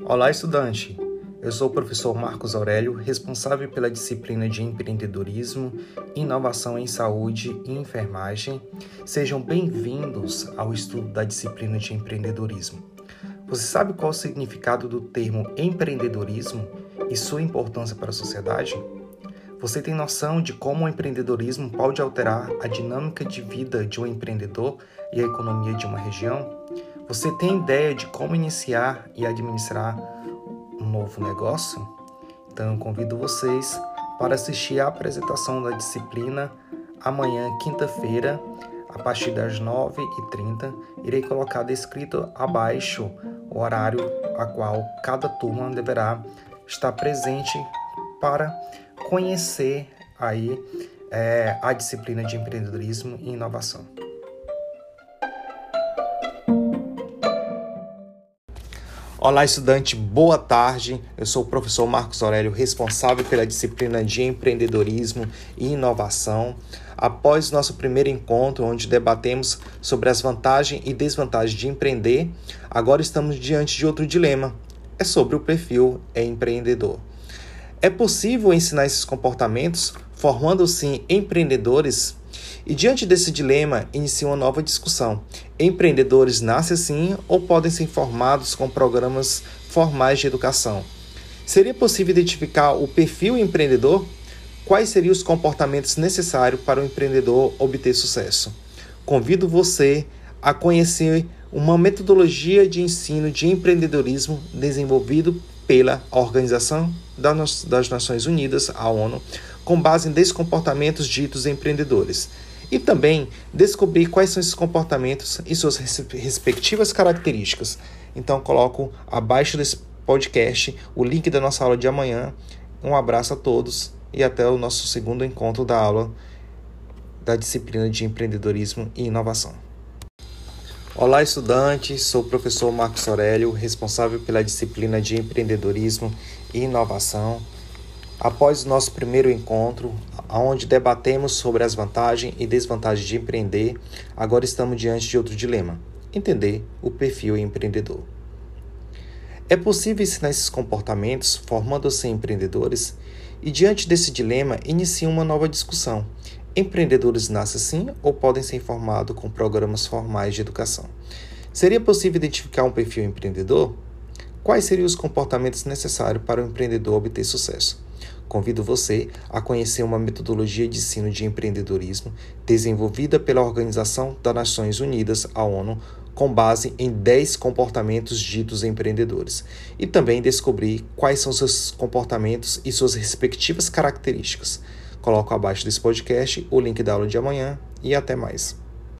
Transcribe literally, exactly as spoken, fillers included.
Olá, estudante! Eu sou o professor Marcos Aurélio, responsável pela disciplina de Empreendedorismo, Inovação em Saúde e Enfermagem. Sejam bem-vindos ao estudo da disciplina de Empreendedorismo. Você sabe qual o significado do termo empreendedorismo e sua importância para a sociedade? Você tem noção de como o empreendedorismo pode alterar a dinâmica de vida de um empreendedor e a economia de uma região? Você tem ideia de como iniciar e administrar um novo negócio? Então eu convido vocês para assistir à apresentação da disciplina amanhã, quinta-feira, a partir das nove e trinta. Irei colocar descrito abaixo o horário a qual cada turma deverá estar presente para conhecer aí é, a disciplina de empreendedorismo e inovação. Olá, estudante, boa tarde. Eu sou o professor Marcos Aurélio, responsável pela disciplina de empreendedorismo e inovação. Após nosso primeiro encontro, onde debatemos sobre as vantagens e desvantagens de empreender, agora estamos diante de outro dilema. É sobre o perfil empreendedor. É possível ensinar esses comportamentos, formando-se empreendedores? E diante desse dilema, inicia uma nova discussão. Empreendedores nascem assim ou podem ser formados com programas formais de educação? Seria possível identificar o perfil empreendedor? Quais seriam os comportamentos necessários para o empreendedor obter sucesso? Convido você a conhecer uma metodologia de ensino de empreendedorismo desenvolvido pela Organização das Nações Unidas, a ONU, com base nesses comportamentos ditos empreendedores. E também descobrir quais são esses comportamentos e suas respectivas características. Então, coloco abaixo desse podcast o link da nossa aula de amanhã. Um abraço a todos e até o nosso segundo encontro da aula da disciplina de empreendedorismo e inovação. Olá, estudantes! Sou o professor Marcos Aurélio, responsável pela disciplina de empreendedorismo e inovação. Após o nosso primeiro encontro, onde debatemos sobre as vantagens e desvantagens de empreender, agora estamos diante de outro dilema: entender o perfil empreendedor. É possível ensinar esses comportamentos formando-se empreendedores? E diante desse dilema, inicia uma nova discussão. Empreendedores nascem assim ou podem ser formados com programas formais de educação? Seria possível identificar um perfil empreendedor? Quais seriam os comportamentos necessários para o empreendedor obter sucesso? Convido você a conhecer uma metodologia de ensino de empreendedorismo desenvolvida pela Organização das Nações Unidas, a ONU, com base em dez comportamentos ditos empreendedores, e também descobrir quais são seus comportamentos e suas respectivas características. Coloco abaixo desse podcast o link da aula de amanhã e até mais.